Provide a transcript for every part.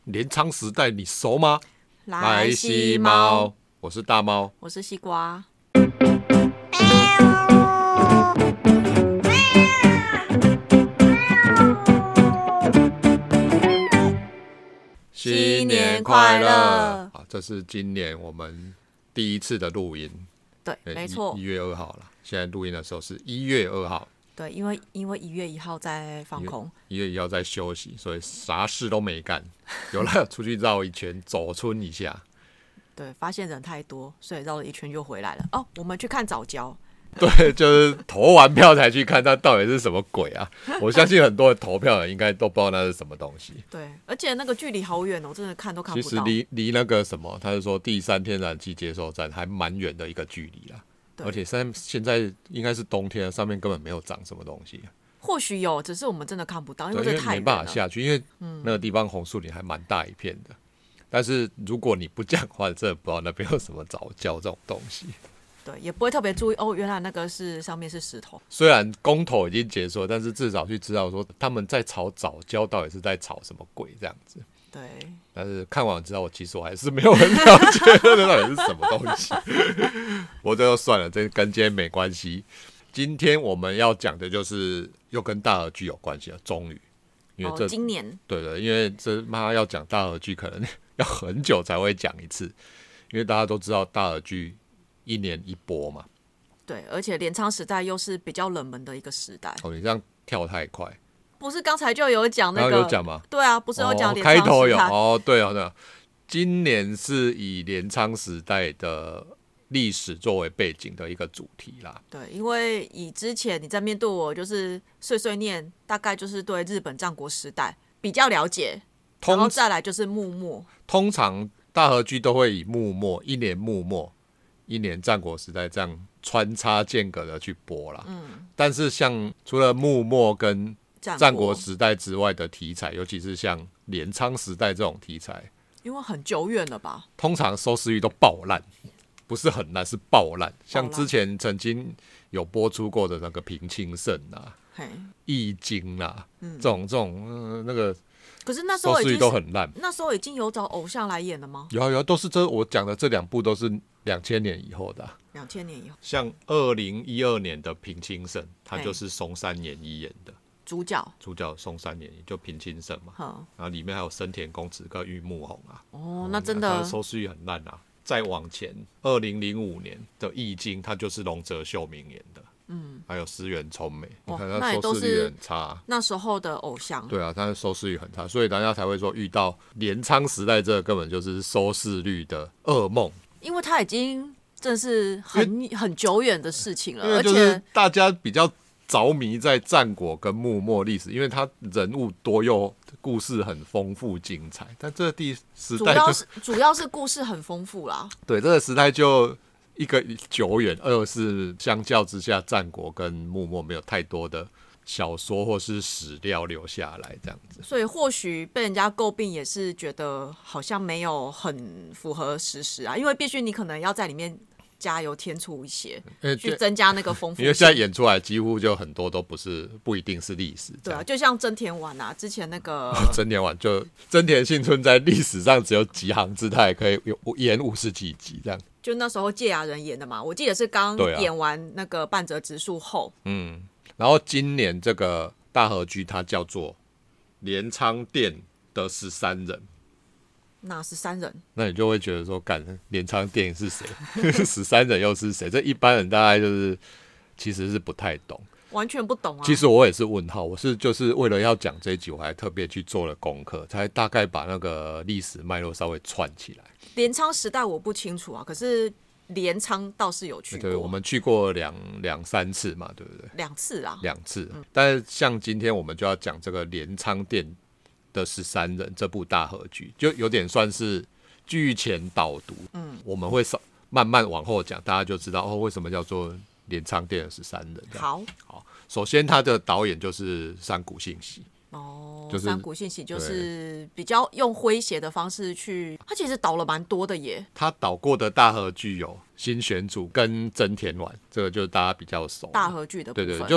镰仓时代你熟吗？ 来西猫， 我是大猫， 我是西瓜。新年快乐！ 这是今年我们第一次的录音， 对，没错， 1月2号了。现在录音的时候是1月2号。 对，因为1月1号在放空 ，1月1号在休息，所以啥事都没干。有了出去绕一圈，走村一下。 对，发现人太多，所以绕了一圈就回来了。哦，我们去看早教。 对，就是投完票才去看它到底是什么鬼啊！我相信很多人投票的应该都不知道那是什么东西。 对，而且那个距离好远哦，真的看都看不到。 其实离那个什么，他是说第3天然气接收站还蛮远的一个距离啦。而且现在应该是冬天，上面根本没有长什么东西。 或许有，只是我们真的看不到，因为这太远了， 没办法下去，因为那个地方红树林还蛮大一片的。但是如果你不讲话，真的不知道那边有什么早教这种东西。 对，也不会特别注意哦，原来那个是上面是石头。 虽然公投已经结束，但是至少去知道说他们在吵早教到底是在吵什么鬼这样子。 对。 但是看完之后，其实我还是没有很了解那到底是什么东西。我这就算了，这跟今天没关系。今天我们要讲的就是又跟大和剧有关系了，终于。因为今年对，因为这妈要讲大和剧，可能要很久才会讲一次，因为大家都知道大和剧1年1播嘛。 对，而且镰仓时代又是比较冷门的一个时代。 哦，你这样跳太快。 不是刚才就有讲那个？ 有讲吗？ 对啊，不是有讲镰仓时代？ 开头有哦，对啊，对啊。今年是以镰仓时代的历史作为背景的一个主题啦。 对，因为以之前你在面对我就是碎碎念，大概就是对日本战国时代比较了解，然后再来就是幕末。 通常大和剧都会以幕末1年幕末1年战国时代这样穿插间隔的去播啦。但是像除了幕末跟战国时代之外的题材，尤其是像镰仓时代这种题材， 因为很久远了吧， 通常收视率都爆烂，不是很烂，是爆烂。像之前曾经有播出过的那个平清盛啊、易经啊，这种那个， 可是那时候收视率都很烂。 那时候已经有找偶像来演了吗？ 有，都是我讲的这2部都是2000年以后的。 2000年以后， 像2012年的平清盛，他就是松山研一演的。主角松山研一就平清盛嘛，然后里面还有深田恭子跟玉木宏啊。 哦，那真的收视率很烂啊。再往前，2005年的易经，他就是龙泽秀明演的，还有石原聪美，你看他收视率很差。 那时候的偶像， 对啊，他的收视率很差，所以大家才会说遇到镰仓时代，这个根本就是收视率的噩梦， 因为他已经真是很久远的事情了， 而且大家比较着迷在战国跟幕末历史，因为它人物多又故事很丰富精彩。但这个时代主要是故事很丰富啦。 对，这个时代就一个久远，二是相较之下，战国跟幕末没有太多的小说或是史料留下来，这样子。 所以或许被人家诟病，也是觉得好像没有很符合事实啊，因为必须你可能要在里面加油添醋一些，去增加那个丰富性。 因为现在演出来几乎就很多都不一定是历史。 对啊，就像真田丸啊，之前那个真田丸就真田幸村在历史上只有几行字，他也可以演50几集这样。 就那时候芥雅人演的嘛，我记得是刚演完那个半泽直树后。 然后今年这个大和剧它叫做镰仓店的13人。 那13人， 那你就会觉得说，干镰仓店是谁？13人又是谁？这一般人大概就是其实是不太懂， 完全不懂啊。 其实我也是问号，我是就是为了要讲这一集，我还特别去做了功课，才大概把那个历史脉络稍微串起来。 镰仓时代我不清楚啊，可是镰仓倒是有去过。 对，我们去过两三次嘛，对不对 ？2次啦 ，2次。但是像今天我们就要讲这个镰仓店的13人这部大和剧，就有点算是剧前导读。我们会慢慢往后讲，大家就知道为什么叫做镰仓店的13人。 好， 首先他的导演就是山谷信息。 就是山谷信息就是比较用诙谐的方式去，他其实导了蛮多的耶。 他导过的大和剧有新选组跟真田丸，这个就是大家比较熟。 大和剧的部分， 对，就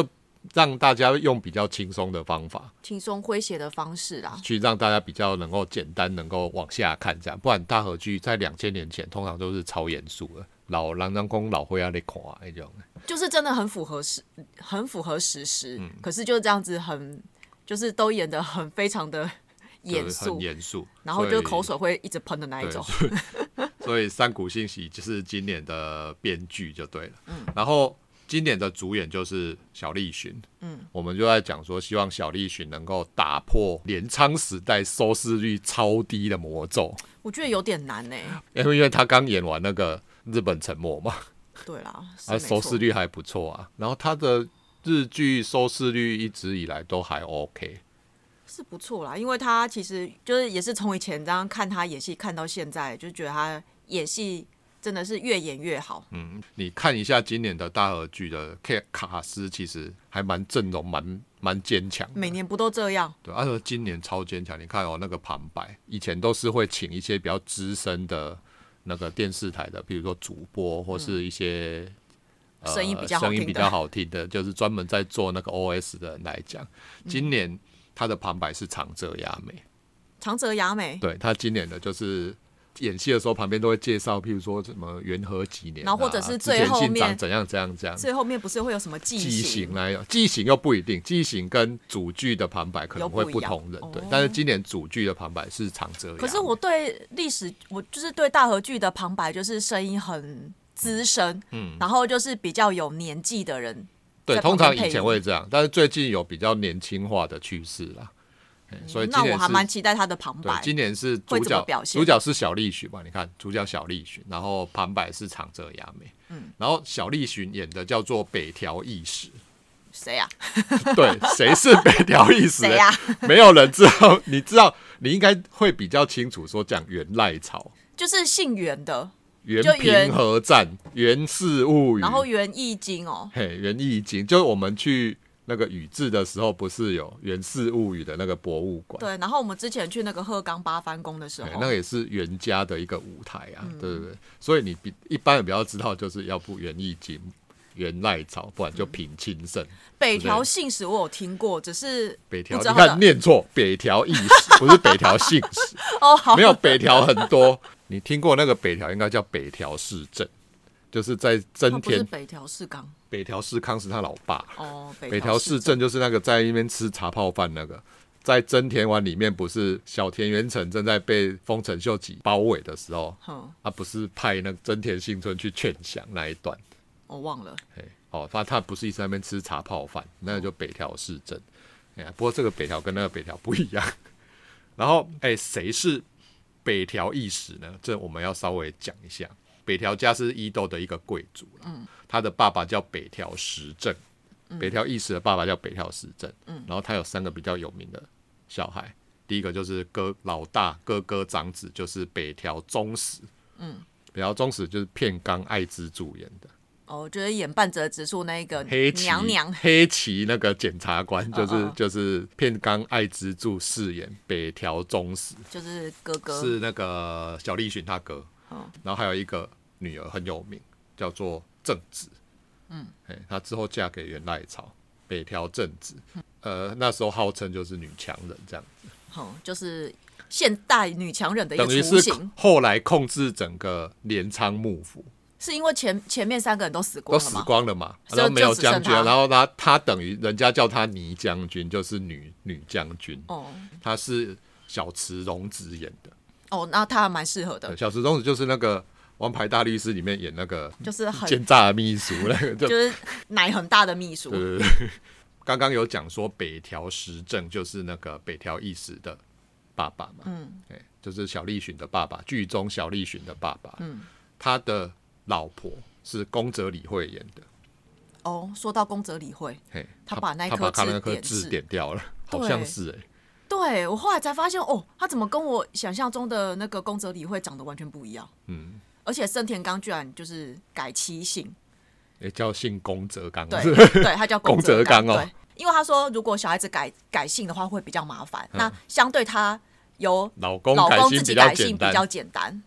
让大家用比较轻松的方法， 轻松诙谐的方式啦， 去让大家比较能够简单，能够往下看这样。不然大河剧在2000年前通常都是超严肃的，老人家讲老岁仔在看那种， 就是真的很符合时事，可是就是这样子就是都演得很非常的严肃，然后就口水会一直喷的那一种。 所以山谷信息就是今年的编剧就对了，然后今年的主演就是小栗旬，我们就在讲说，希望小栗旬能够打破镰仓时代收视率超低的魔咒。 我觉得有点难因为他刚演完那个日本沉没嘛， 对啦， 他收视率还不错啊，然后他的日剧收视率一直以来都还 OK。 是不错啦，因为他其实就是也是从以前这样看他演戏看到现在，就觉得他演戏真的是越演越好。 你看一下今年的大河剧的卡司，其实还蛮阵容蛮坚强的。 每年不都这样？ 对，而且今年超坚强。你看那个旁白，以前都是会请一些比较资深的那个电视台的，比如说主播或是一些。 声音比较好听的， 就是专门在做那个 OS 的人来讲，今年他的旁白是长泽雅美。 长泽雅美， 对，他今年的就是演戏的时候，旁边都会介绍，譬如说什么元和几年， 然后或者是最后面怎样，最后面不是会有什么记型来，记型又不一定，记型跟主剧的旁白可能会不同人，对。但是今年主剧的旁白是长泽雅美。 可是我对历史，我就是对大河剧的旁白，就是声音很资深，然后就是比较有年纪的人。 对，通常以前会这样，但是最近有比较年轻化的趋势啦。所以今年那我还蛮期待他的旁白。 对，今年是主角是小栗旬嘛？你看主角小栗旬，然后旁白是长泽雅美。然后小栗旬演的叫做北条义史。 谁呀？ 对，谁是北条义史？ 谁呀？ 没有人知道，你知道，你应该会比较清楚。说讲源赖朝， 就是姓源的。 源平和战、源氏物语， 然后源义经哦， 源义经就是我们去那个宇治的时候，不是有源氏物语的那个博物馆？ 对，然后我们之前去那个鹤冈八幡宫的时候， 那个也是源家的一个舞台啊，对不对？所以你一般人比较知道，就是要不源义经、源赖朝，不然就平清盛。 北条信史我有听过，只是北条，你看念错，北条义史不是北条信史哦，好， 没有北条很多。你听过那个北条应该叫北条氏政，就是在真田。 不是北条氏纲， 北条氏康是他老爸。 哦， 北條氏政就是那个在那边吃茶泡饭那个，在真田丸里面不是小田原城正在被丰臣秀吉包围的时候，他不是派那个真田幸村去劝降那一段， 我忘了。 他不是一直在那边吃茶泡饭，那个就北条氏政。不过这个北条跟那个北条不一样。然后谁是北条义史呢？这我们要稍微讲一下。北条家是伊豆的一个贵族，他的爸爸叫北条时政，北条义史的爸爸叫北条时政，然后他有3个比较有名的小孩，第一个就是老大哥哥长子，就是北条宗实，北条宗实就是片冈爱之助演的。 就是演半泽直树那一个娘娘黑崎那个检察官，就是片冈爱之助饰演北条宗实， 就是哥哥， 是那个小栗旬他哥。然后还有一个女儿很有名，叫做正子。她之后嫁给源赖朝，北条正子。那时候号称就是女强人这样子。 就是现代女强人的一个雏形。 等于是后来控制整个镰仓幕府。是因为前面3个人都死光了嘛， 然后没有将军，然后他等于人家叫他倪将军，就是女将军。他是小池荣子演的。 那他还蛮适合的。 小池荣子就是那个《王牌大律师》里面演那个就是很奸诈的秘书，那个就是奶很大的秘书。 对。刚刚有讲说北条时政就是那个北条义史的爸爸嘛，就是小栗旬的爸爸，剧中小栗旬的爸爸。他的老婆是宫泽理惠演的。 说到宫泽理惠，他把那颗痣点掉了，好像是对，我后来才发现，他怎么跟我想象中的那个宫泽理惠长得完全不一样。而且森田刚居然就是改妻姓， 叫姓宫泽刚。 对，他叫宫泽刚。对，因为他说如果小孩子改姓的话会比较麻烦，那相对他由老公自己改姓比较简单。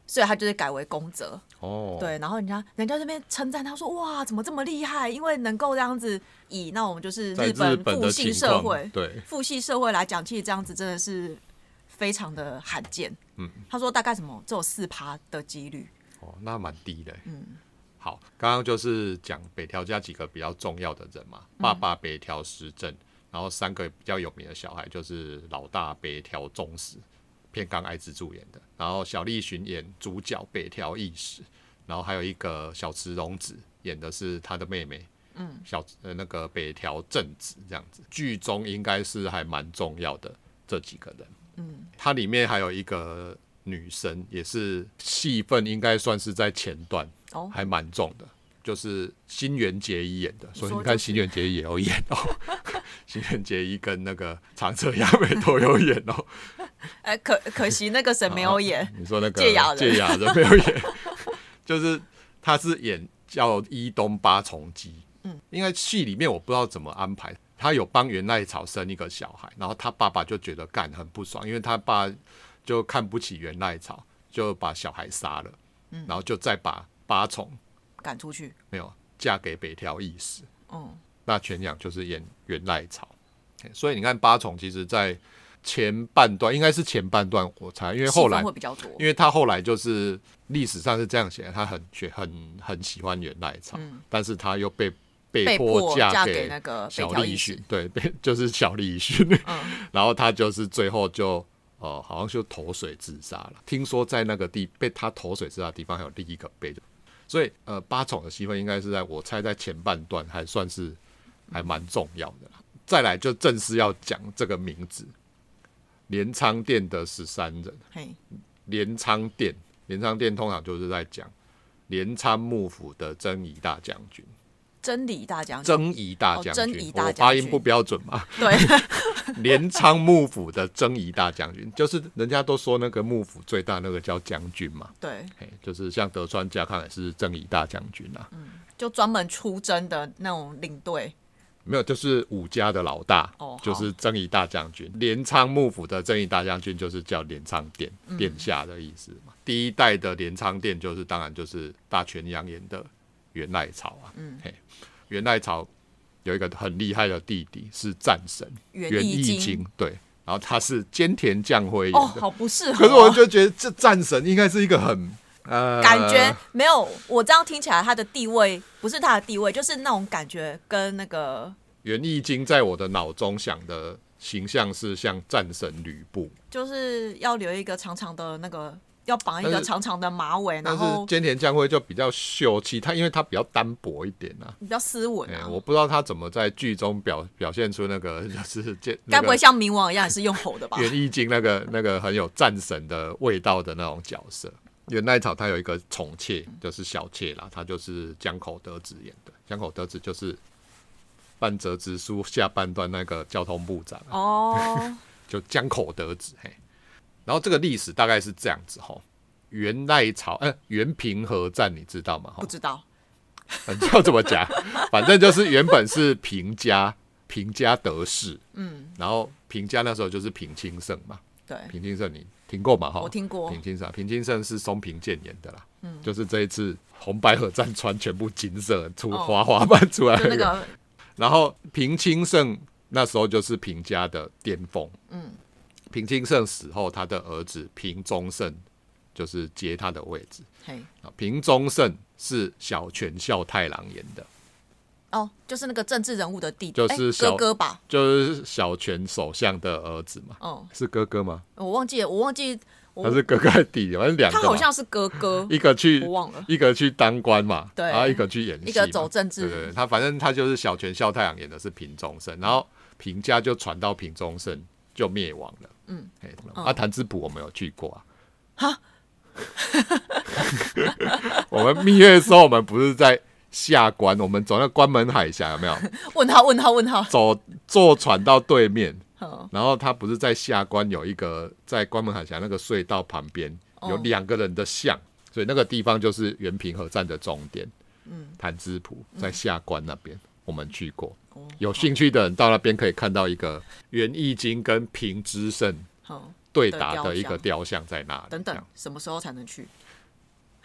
所以他就是改为宫泽。 哦， 对，然后人家这边称赞他说哇，怎么这么厉害？因为能够这样子以那种就是日本父系社会， 对父系社会来讲，其实这样子真的是非常的罕见。他说大概只有4%的几率。 哦，那蛮低的。好，刚刚就是讲北条家几个比较重要的人嘛，爸爸北条时政，然后3个比较有名的小孩就是老大北条宗实，片冈爱之助演的，然后小栗旬演主角北条义时，然后还有一个小池荣子演的是他的妹妹，那个北条正子这样子。剧中应该是还蛮重要的这几个人，它里面还有一个女生，也是戏份应该算是在前段，还蛮重的，就是新垣结衣演的，所以你看新垣结衣也有演哦。新垣结衣跟那个长泽雅美都有演哦。 可惜那个谁没有演。 你说那个芥雅人没有演，就是他是演叫伊东八重基。应该戏里面我不知道怎么安排，他有帮源赖草生一个小孩，然后他爸爸就觉得干很不爽，因为他爸就看不起源赖草，就把小孩杀了，然后就再把八重赶出去， 没有嫁给北条义时。那全养就是演源赖草，所以你看八重其实在前半段，应该是前半段我猜，因为后来会比较多， 因为他后来就是历史上是这样写的，他很喜欢源赖草，但是他又被迫嫁给那个小栗旬，对，就是小栗旬，然后他就是最后就好像就投水自杀了。听说在那个被他投水自杀的地方还有另一个被，所以八重的戏份应该是我猜在前半段还算是还蛮重要的啦。再来就正式要讲这个名字，镰仓店的13人。镰仓店通常就是在讲镰仓幕府的征夷大将军。征夷大将军，我发音不标准嘛？ 对， 镰仓幕府的征夷大将军，就是人家都说那个幕府最大那个叫将军嘛。 对， 就是像德川家康也是征夷大将军啊。 就专门出征的那种领队。 没有，就是武家的老大，就是征夷大将军。镰仓幕府的征夷大将军就是叫镰仓殿，殿下的意思嘛。第一代的镰仓殿当然就是大泉洋演的源赖草啊。源赖草有一个很厉害的弟弟是战神源义经，对，然后他是菅田将晖演的。 好不适合。 可是我就觉得这战神应该是一个很感觉没有，我这样听起来他的地位不是他的地位，就是那种感觉跟那个源义经在我的脑中想的形象是像战神吕布， 就是要留一个长长的那个，要绑一个长长的马尾，然后但是菅田将晖就比较秀气，因为他比较单薄一点啊， 比较斯文啊。 我不知道他怎么在剧中表现出那个就是该不会像冥王一样也是用吼的吧？ 源义经那个很有战神的味道的那种角色。源赖草他有一个宠妾，就是小妾啦，他就是江口德子演的。江口德子就是半泽直树下半段那个交通部长就江口德子。然后这个历史大概是这样子源赖草源平合战你知道吗？ 不知道， 要怎么讲？反正就是原本是平家得势，然后平家那时候就是平清盛嘛。 对， 平清盛你听过吗？ 我听过。 平清盛是松平健演的啦，就是这一次红白合战穿全部金色出滑板出来那个。然后平清盛那时候就是平家的巅峰，平清盛死后，他的儿子平宗盛就是接他的位置。平宗盛是小泉孝太郎演的。 就是那个政治人物的弟弟， 就是哥哥吧， 就是小泉首相的儿子嘛。是哥哥吗？ 我忘记他是哥哥还是弟弟？反正两个。 他好像是哥哥，我忘了， 一个去当官嘛， 对， 然后一个去演戏， 一个走政治。 对，他反正他就是小泉孝太郎演的是平宗盛，然后平家就传到平宗盛就灭亡了。潭之浦我们有去过啊。我们蜜月的时候，我们不是在下关，我们走那关门海峡有没有？ 问号。 坐船到对面，然后他不是在下关有一个在关门海峡那个隧道旁边有2个人的像，所以那个地方就是源平合战的终点。潭之浦在下关那边，我们去过。有兴趣的人到那边可以看到一个源义经跟平之盛对打的一个雕像在那里。 等等，什么时候才能去？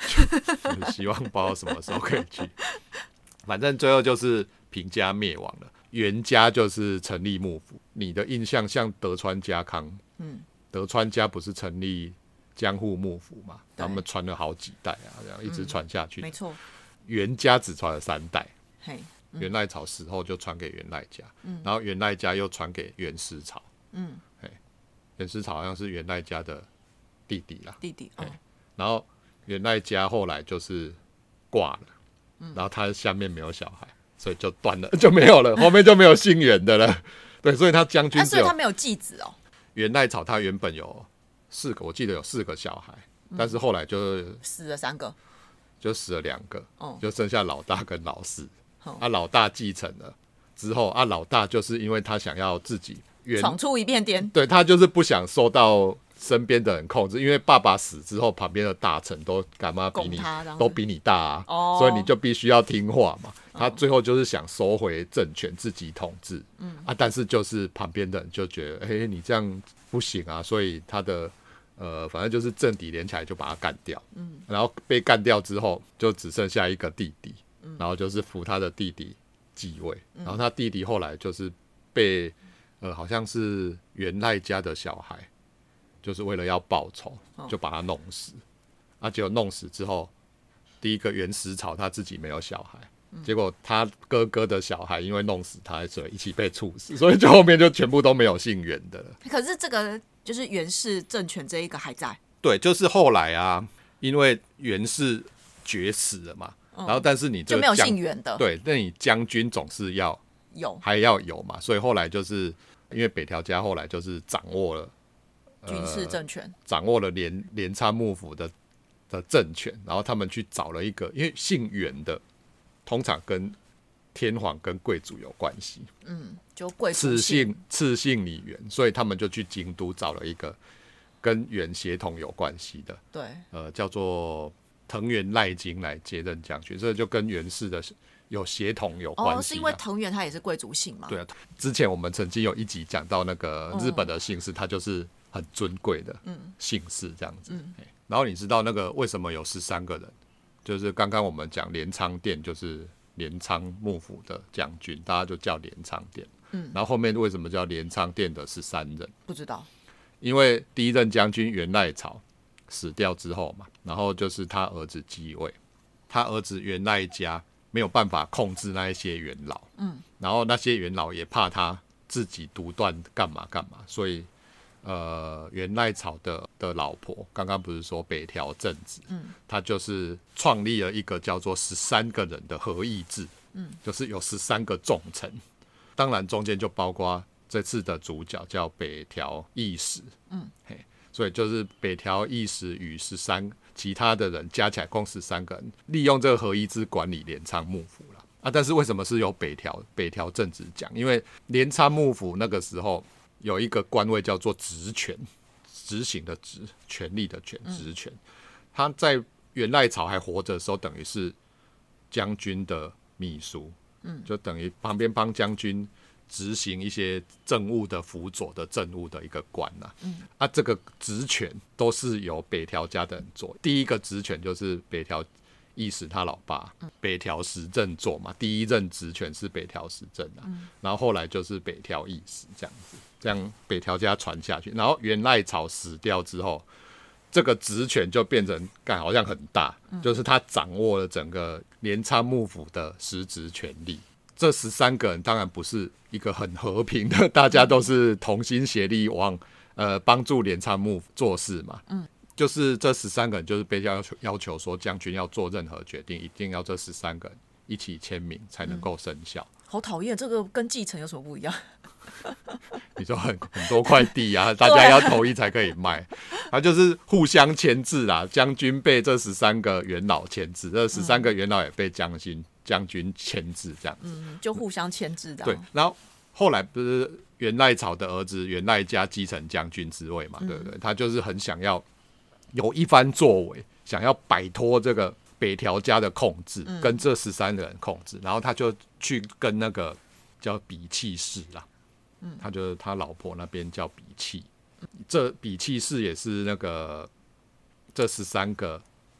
希望不知道什么时候可以去。反正最后就是平家灭亡了，源家就是成立幕府。你的印象像德川家康，德川家不是成立江户幕府嘛？他们传了好几代啊，这样一直传下去。 没错， 源家只传了3代，源赖朝死后就传给源赖家，然后源赖家又传给源师朝。源师朝好像是源赖家的弟弟啦，然后源赖家后来就是挂了，然后他下面没有小孩，所以就断了，就没有了，后面就没有姓源的了。对，所以他将军所以他没有继子哦。 源赖朝他原本有4个，我记得有4个小孩，但是后来就死了3个， 就死了2个，就剩下老大跟老四。老大继承了之后，老大就是因为他想要自己闯出一片天， 对，他就是不想受到身边的人控制，因为爸爸死之后，旁边的大臣都干嘛比你都比你大啊，所以你就必须要听话嘛。他最后就是想收回政权，自己统治，但是就是旁边的人就觉得，你这样不行啊，所以他的反正就是政敌连起来就把他干掉，然后被干掉之后，就只剩下一个弟弟，然后就是扶他的弟弟继位，然后他弟弟后来就是被好像是源赖家的小孩，就是为了要报仇，就把他弄死。结果弄死之后，第一个源师朝他自己没有小孩，结果他哥哥的小孩因为弄死他，所以一起被处死，所以就后面就全部都没有姓源的了。 可是这个就是源氏政权这一个还在。 对，就是后来啊，因为源氏绝死了嘛，然后但是你就没有姓源的， 对，那你将军总是要还要有嘛，所以后来就是因为北条家后来就是掌握了军事政权， 掌握了镰仓幕府的政权，然后他们去找了一个，因为姓源的通常跟天皇跟贵族有关系， 就贵族赐姓李源，所以他们就去京都找了一个跟源协同有关系的， 对， 叫做藤原赖金来接任将军，所以就跟源氏的有协同有关系。 是因为藤原他也是贵族姓嘛？ 对啊，之前我们曾经有一集讲到那个日本的姓氏，它就是很尊贵的姓氏这样子。然后你知道那个为什么有13个人？就是刚刚我们讲镰仓殿，就是镰仓幕府的将军，大家就叫镰仓殿。然后后面为什么叫镰仓殿的13人？ 不知道。 因为第一任将军源赖朝死掉之后嘛，然后就是他儿子继位，他儿子源赖家没有办法控制那一些元老，然后那些元老也怕他自己独断干嘛，所以源赖朝的老婆刚刚不是说北条政子，他就是创立了一个叫做13个人的合议制，就是有13个重臣，当然中间就包括这次的主角叫北条义时，所以就是北条义时与13其他的人加起来共13个人，利用这个合议制管理镰仓幕府了。但是为什么是由北条政子讲？因为镰仓幕府那个时候有一个官位叫做职权，执行的职，权力的权，职权。他在源赖朝还活着的时候，等于是将军的秘书，就等于旁边帮将军执行一些政务的辅佐的政务的一个官这个职权都是由北条家的人做。第一个职权就是北条义时他老爸北条时政做嘛，第一任职权是北条时政然后后来就是北条义时这样子，这样北条家传下去。然后源赖朝死掉之后，这个职权就变成好像很大，就是他掌握了整个镰仓幕府的实质权力。这13个人当然不是一个很和平的，大家都是同心协力往帮助镰仓幕府做事嘛。就是这13个人就是被要求说，将军要做任何决定，一定要这13个人一起签名才能够生效。 好讨厌，这个跟继承有什么不一样？ 你说很多块地啊，大家要同意才可以卖，他就是互相牵制啦。将军被这13个元老牵制，这13个元老也被将军牵制，这样子， 就互相牵制的。 对，然后后来不是源赖朝的儿子源赖家继承将军之位嘛，对不对？他就是很想要有一番作为，想要摆脱这个北条家的控制，跟这13个人控制，然后他就去跟那个叫比气氏啦，他就是他老婆那边叫比气，这比气氏也是那个这13个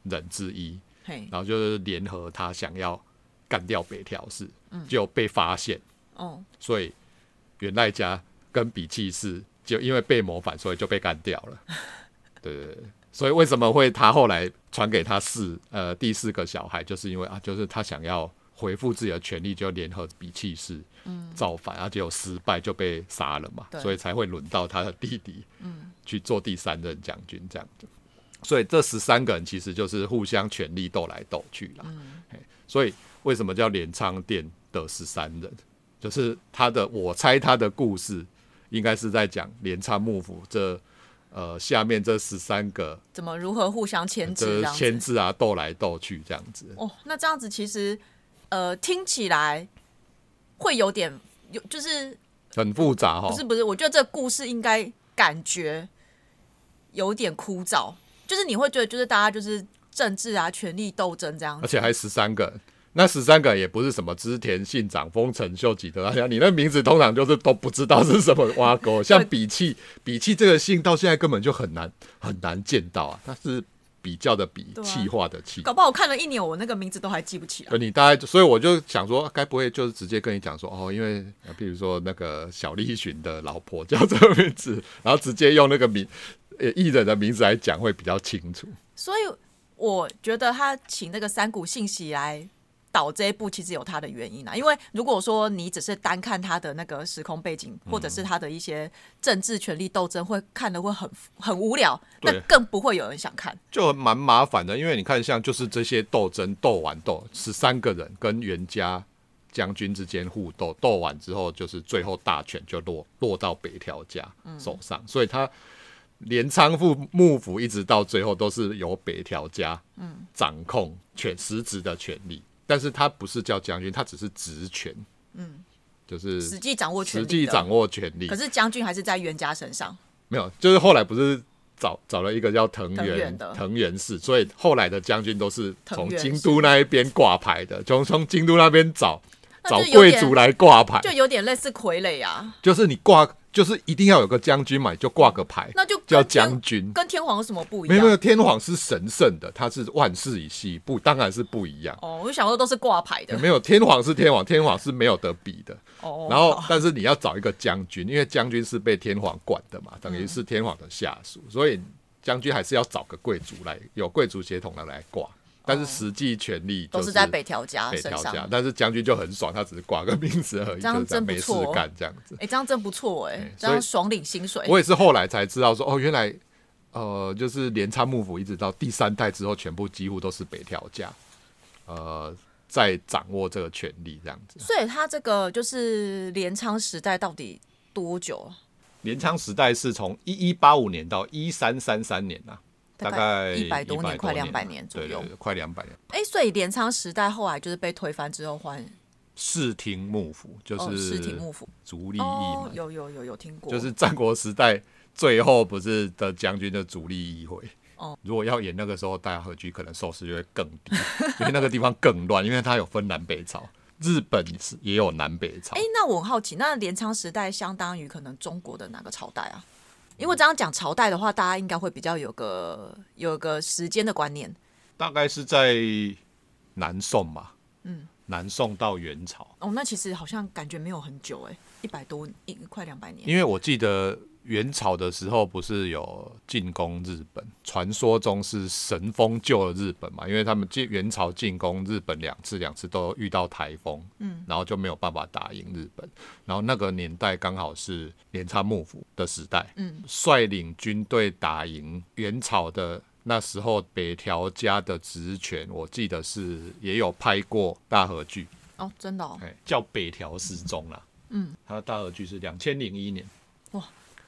人之一，然后就是联合他想要干掉北条氏，就被发现，所以源赖家跟比气氏就因为被谋反，所以就被干掉了。对对对，所以为什么会他后来传给他第4个小孩，就是因为就是他想要恢复自己的权利，就联合比气氏造反，结果失败就被杀了嘛，所以才会轮到他的弟弟去做第3任将军这样子。所以这13个人其实就是互相权力斗来斗去啦。所以为什么叫镰仓殿的13人？就是我猜他的故事应该是在讲镰仓幕府下面这13个怎么如何互相牵制， 牵制啊，斗来斗去这样子。 那这样子其实听起来会有点就是很复杂不是，我觉得这个故事应该感觉有点枯燥，就是你会觉得就是大家就是政治啊、权力斗争这样子，而且还13个人。那13个人也不是什么织田信长、丰臣秀吉的，你那名字通常就是都不知道是什么挖沟。像比气这个姓到现在根本就很难见到啊，它是比较的比，气化的气。 搞不好我看了1年，我那个名字都还记不起来。 你大概，所以我就想说，该不会就是直接跟你讲说，因为比如说那个小栗旬的老婆叫这个名字，然后直接用那个艺人的名字来讲会比较清楚。 所以我觉得他请那个三谷幸喜来导这一部其实有他的原因啦，因为如果说你只是单看他的那个时空背景，或者是他的一些政治权力斗争，会看的会很无聊，那更不会有人想看， 就蛮麻烦的。因为你看，像就是这些斗争斗完13个人跟源家将军之间互斗，斗完之后就是最后大权就落到北条家手上，所以他镰仓幕府一直到最后都是由北条家掌控实质的权力。但是他不是叫将军，他只是职权，就是实际掌握权力。可是将军还是在源家身上。 没有，就是后来不是找了一个叫藤原氏，所以后来的将军都是从京都那一边挂牌的，从京都那边找贵族来挂牌， 就有点类似傀儡啊。 就是你挂，就是一定要有个将军嘛，就挂个牌， 那就叫将军。 跟天皇有什么不一样？ 没有，天皇是神圣的，他是万世一系，当然是不一样。 我就想说都是挂牌的。 没有，天皇是天皇，天皇是没有得比的。然后，但是你要找一个将军，因为将军是被天皇管的嘛，等于是天皇的下属，所以将军还是要找个贵族来，有贵族血统的来挂。但是实际权力都是在北条家身上， 但是将军就很爽，他只是挂个名字而已， 这样真不错， 没事干这样子。 这样真不错这样爽领薪水。 我也是后来才知道说，原来就是镰仓幕府一直到第3代之后，全部几乎都是北条家在掌握这个权力这样子。 所以他这个就是镰仓时代到底多久啊？ 镰仓时代是从1185年到1333年啊。大概 100多年，快200年左右， 对，快200年。 所以镰仓时代后来就是被推翻之后换室町幕府，就是室町幕府足利义满。 有听过， 就是战国时代最后不是的将军的足利义辉。如果要演那个时候大和剧，可能收视就会更低，因为那个地方更乱，因为它有分南北朝，日本也有南北朝。 那我很好奇，那镰仓时代相当于可能中国的哪个朝代啊？因为这样讲朝代的话，大家应该会比较有个时间的观念。 大概是在南宋吧，南宋到元朝。 那其实好像感觉没有很久，100多快200年。 因为我记得元朝的时候不是有进攻日本，传说中是神风救了日本嘛，因为他们元朝进攻日本两次都遇到台风，然后就没有办法打赢日本。然后那个年代刚好是镰仓幕府的时代，率领军队打赢元朝的那时候北条家的职权，我记得是也有拍过大河剧真的叫北条氏宗啦，他的大河剧是2001年， 哇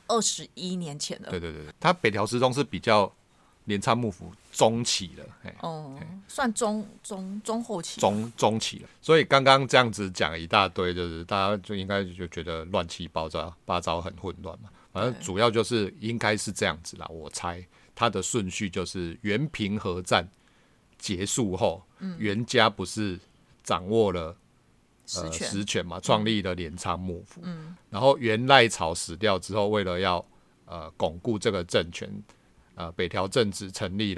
，21年前了。 对，他北条氏宗是比较镰仓幕府中期了， 算中后期， 中期了。所以刚刚这样子讲一大堆，就是大家就应该就觉得乱七八糟很混乱嘛。反正主要就是应该是这样子啦，我猜它的顺序就是源平合战结束后，源家不是掌握了实权嘛，创立了镰仓幕府，然后源赖朝死掉之后，为了要巩固这个政权，北条政子成立了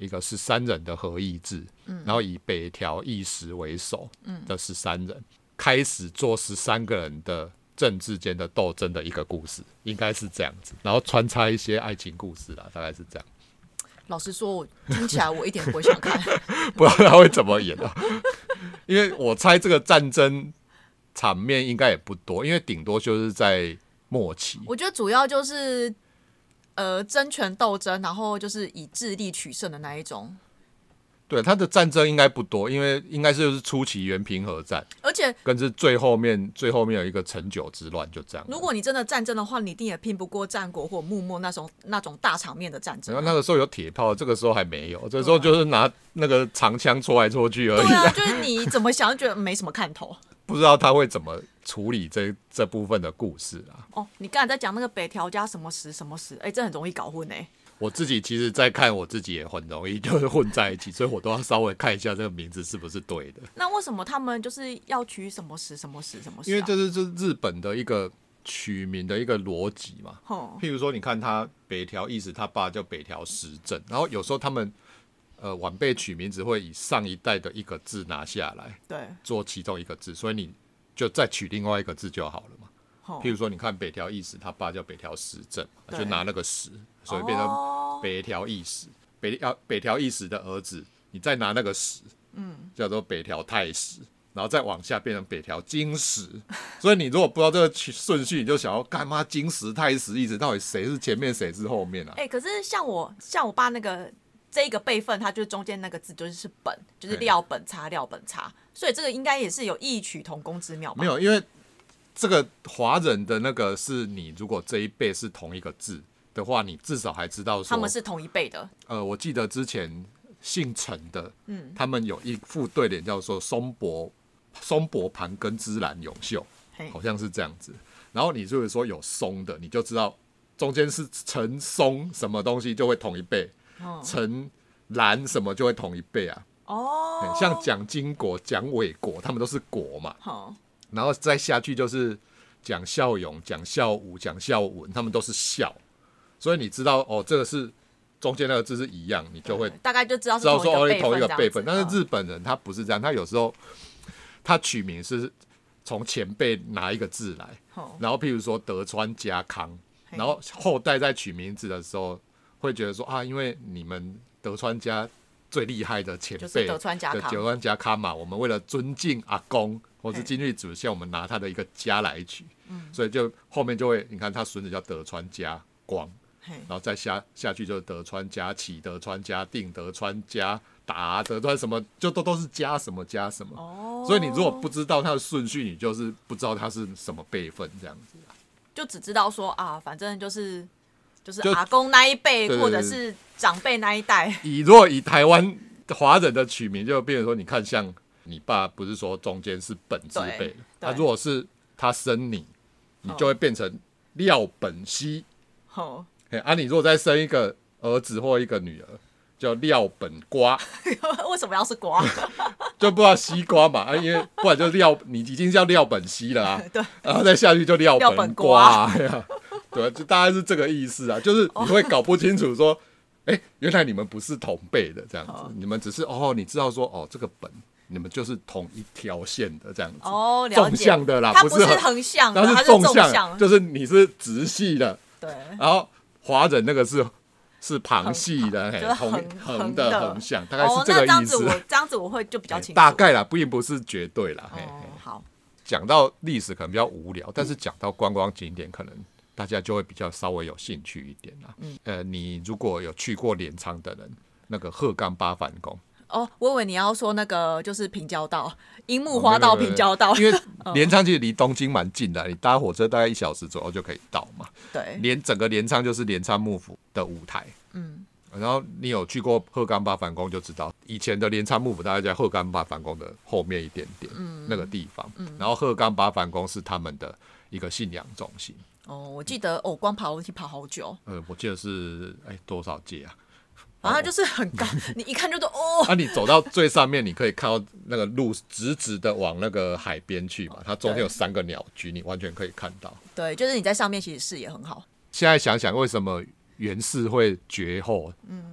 一个13人的合议制，然后以北条义时为首的13人，开始做13个人的政治间的斗争的一个故事，应该是这样子，然后穿插一些爱情故事啦，大概是这样。 老实说，我听起来我一点不会想看， 不知道他会怎么演啊？因为我猜这个战争场面应该也不多，因为顶多就是在末期。 我觉得主要就是争权斗争，然后就是以智力取胜的那一种。 对，他的战争应该不多，因为应该就是初期原平和战， 而且跟是最后面有一个成久之乱，就这样。 如果你真的战争的话，你一定也拼不过战国或幕末那种大场面的战争。 然后那个时候有铁炮，这个时候还没有，这个时候就是拿那个长枪戳来戳去而已。 对啊，就是你怎么想就觉得没什么看头。 不知道他会怎么处理这部分的故事啊。 哦，你刚才在讲那个北条家什么时什么时，这很容易搞混哎。 我自己其实在看，我自己也很容易就是混在一起，所以我都要稍微看一下这个名字是不是对的。 那为什么他们就是要取什么时什么时什么时？ 因为这是日本的一个取名的一个逻辑嘛。譬如说，你看他北条义时他爸叫北条时政，然后有时候他们晚辈取名字会以上一代的一个字拿下来， 对， 做其中一个字，所以你就再取另外一个字就好了嘛。譬如说，你看北条义时他爸叫北条时政，就拿那个时，所以变成北条义时。北条义时的儿子，你再拿那个时，叫做北条太史，然后再往下变成北条金时。所以你如果不知道这个顺序，你就想要干嘛金时太史义时到底谁是前面谁是后面啊？ 可是像我爸那个这个辈分，它就是中间那个字就是本，就是料本差料本差，所以这个应该也是有异曲同工之妙吧？ 没有，因为这个华人的那个是你如果这一辈是同一个字的话，你至少还知道说他们是同一辈的。 我记得之前姓陈的，他们有一副对联叫做松柏盘根之兰永秀，好像是这样子。然后你如果说有松的，你就知道中间是陈松什么东西就会同一辈，陈兰什么就会同一辈啊。像蒋经国、蒋纬国，他们都是国嘛。然后再下去就是蒋孝勇、蒋孝武、蒋孝文，他们都是孝，所以你知道这个是中间那个字是一样，你就会大概就知道说同一个辈分。 但是日本人他不是这样，他有时候他取名是从前辈拿一个字来，然后譬如说德川家康，然后后代在取名字的时候会觉得说因为你们德川家最厉害的前辈就是德川家康嘛，我们为了尊敬阿公或是今日祖先，我们拿他的一个家来取，所以就后面就会你看他孙子叫德川家光，然后再下去就是德川家齐、德川家定、德川家达、德川什么，就都是加什么加什么。所以你如果不知道他的顺序，你就是不知道他是什么辈分这样子。 就只知道说反正就是阿公那一辈，或者是长辈那一代。 如果以台湾华人的取名，就变成说，你看像你爸不是说中间是本字辈，那如果是他生你就会变成廖本熙。你如果再生一个儿子或一个女儿，叫廖本瓜。 为什么要是瓜？ 就不知道西瓜嘛，因为不然就你已经叫廖本熙了啊。 对， 然后再下去就廖本瓜。对，就大概是这个意思啊，就是你会搞不清楚说，原来你们不是同辈的这样子，你们只是你知道说这个本你们就是同一条线的这样子，纵向的啦， 它不是横向的，它是纵向， 就是你是直系的， 对， 然后华人那个是旁系的，就是横的横向，大概是这个意思。 这样子我会就比较清楚， 大概啦，并不是绝对啦。 好， 讲到历史可能比较无聊，但是讲到观光景点可能大家就会比较稍微有兴趣一点啦。你如果有去过镰仓的人，那个鹤冈八幡宫。 我以为你要说那个就是平交道，樱木花道平交道， 因为镰仓其实离东京蛮近的，你搭火车大概1小时左右就可以到嘛。 对， 整个镰仓就是镰仓幕府的舞台。然后你有去过鹤冈八幡宫就知道，以前的镰仓幕府大概在鹤冈八幡宫的后面一点点，那个地方。然后鹤冈八幡宫是他们的一个信仰中心。 我记得光爬楼梯爬好久。 我记得是多少阶啊？ 然后它就是很高，你一看就你走到最上面，你可以看到那个路直直的往那个海边去嘛，它中间有3个鸟居，你完全可以看到。 对，就是你在上面其实视野很好。 现在想想，为什么源氏会绝后？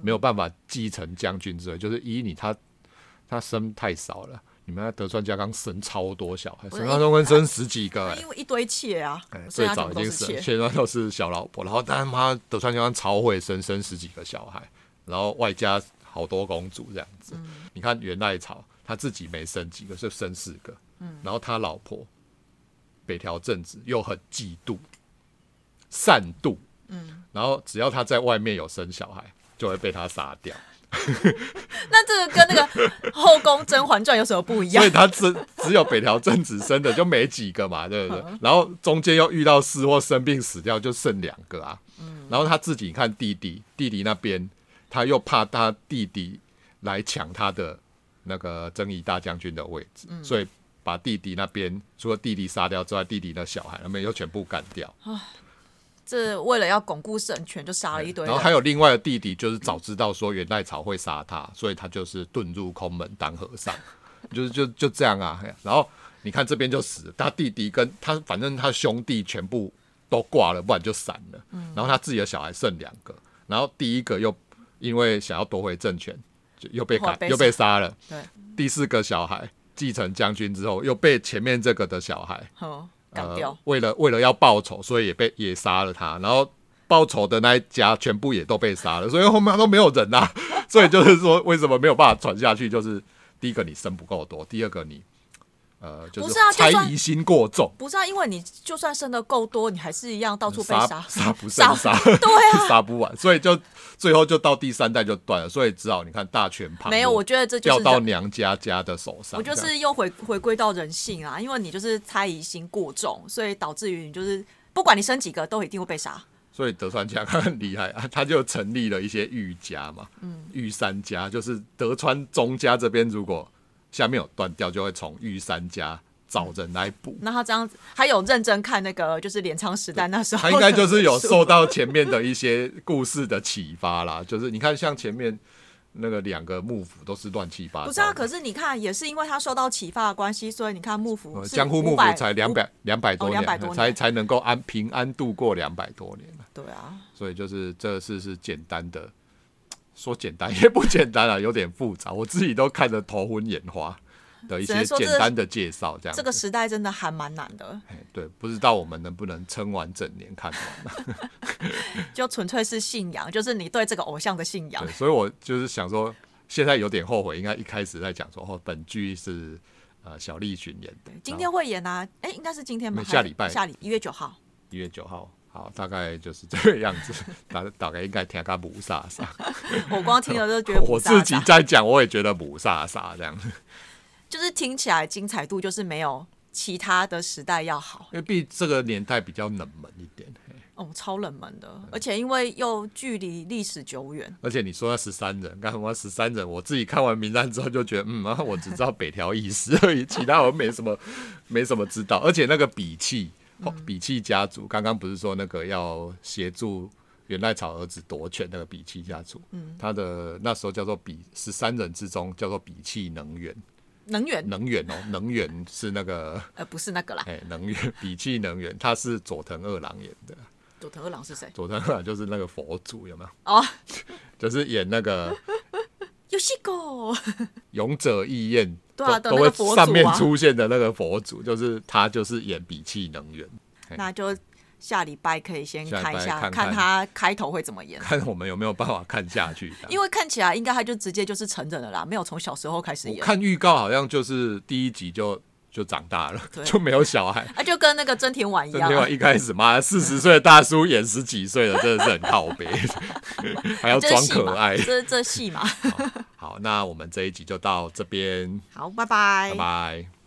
没有办法继承将军之位，就是以你他生太少了。你们德川家康生超多小孩，德川家康生10几个， 因为一堆妾啊， 最早已经是现在都是小老婆，然后但他德川家康超会生10几个小孩，然后外加好多公主这样子。你看源赖朝他自己没生几个，就生4个，然后他老婆北条政子又很嫉妒、善妒，然后只要他在外面有生小孩，就会被他杀掉。 那这个跟那个后宫《甄嬛传》有什么不一样？ 所以他只有北条政子生的就没几个嘛，对不对？然后中间又遇到事或生病死掉，就剩2个啊。然后他自己看弟弟那边，他又怕他弟弟来抢他的那个征夷大将军的位置，所以把弟弟那边除了弟弟杀掉之外，弟弟的小孩那边又全部干掉。 这为了要巩固政权，就杀了一堆人。 然后还有另外的弟弟，就是早知道说源赖朝会杀他，所以他就是遁入空门当和尚，就这样啊。然后你看这边就死了，他弟弟跟他反正他兄弟全部都挂了，不然就散了。然后他自己的小孩剩2个，然后第一个又因为想要夺回政权，就又被杀了。对，第4个小孩继承将军之后，又被前面这个的小孩干掉， 为了要报仇，所以也杀了他，然后报仇的那一家全部也都被杀了，所以后面都没有人啊。所以就是说，为什么没有办法传下去？就是第一个你生不够多，第二个你就是猜疑心过重。 不是啊，因为你就算生的够多，你还是一样到处被杀， 杀不胜杀， 对啊， 杀不完，所以就最后就到第3代就断了，所以只好你看大权旁落， 没有，我觉得这就是掉到娘家的手上。 我就是又回归到人性啊，因为你就是猜疑心过重，所以导致于你就是不管你生几个都一定会被杀。 所以德川家康很厉害啊，他就成立了一些御家嘛，御三家就是德川宗家这边如果下面有断掉，就会从御三家找人来补。 那他这样子还有认真看那个就是镰仓时代那时候， 他应该就是有受到前面的一些故事的启发啦。就是你看像前面那个2个幕府都是乱七八糟。 不是啊，可是你看也是因为他受到启发的关系，所以你看幕府江户幕府才200多年， 200多年才能够平安度过200多年。 对啊， 所以就是这事是简单的。说简单也不简单啊，有点复杂，我自己都看得头昏眼花的一些简单的介绍， 这个时代真的还蛮难的。 对，不知道我们能不能撑完整年看完就纯粹是信仰，就是你对这个偶像的信仰。 对，所以我就是想说，现在有点后悔，应该一开始在讲说，本剧是小栗旬演的， 今天会演啊？应该是今天吧？ 下礼拜 1月9号。 1月9号。好，大概就是这个样子。大概应该听个不飒飒。 我光听了就觉得我自己在讲，我也觉得不飒飒这样。 就是听起来精彩度就是没有其他的时代要好， 因为毕这个年代比较冷门一点。 超冷门的，而且因为又距离历史久远。 而且你说那13人，刚才我13人，我自己看完名单之后就觉得，我只知道北条义时而已，其他我没什么知道。而且那个比气家族，刚刚不是说那个要协助源赖朝儿子夺权那个比气家族，他的那时候叫做13人之中叫做比气能源。能源是那个不是那个啦， 能源比气能源，他是佐藤二郎演的。 佐藤二郎是谁？ 佐藤二郎就是那个佛祖，有没有？就是演那个 Yoshiko 勇者义彦， 对啊， 都会上面出现的那个佛祖，就是他，就是演比气能源。 那就下礼拜可以先看一下，看他开头会怎么演， 看我们有没有办法看下去。 因为看起来应该他就直接就是成人了啦，没有从小时候开始演。 我看预告好像就是第1集就长大了，就没有小孩。 就跟那个真田丸一样。 真田丸一开始嘛，40岁的大叔演10几岁的，真的是很靠北，还要装可爱。 这戏嘛。 好，那我们这一集就到这边。 好，拜拜。 拜拜。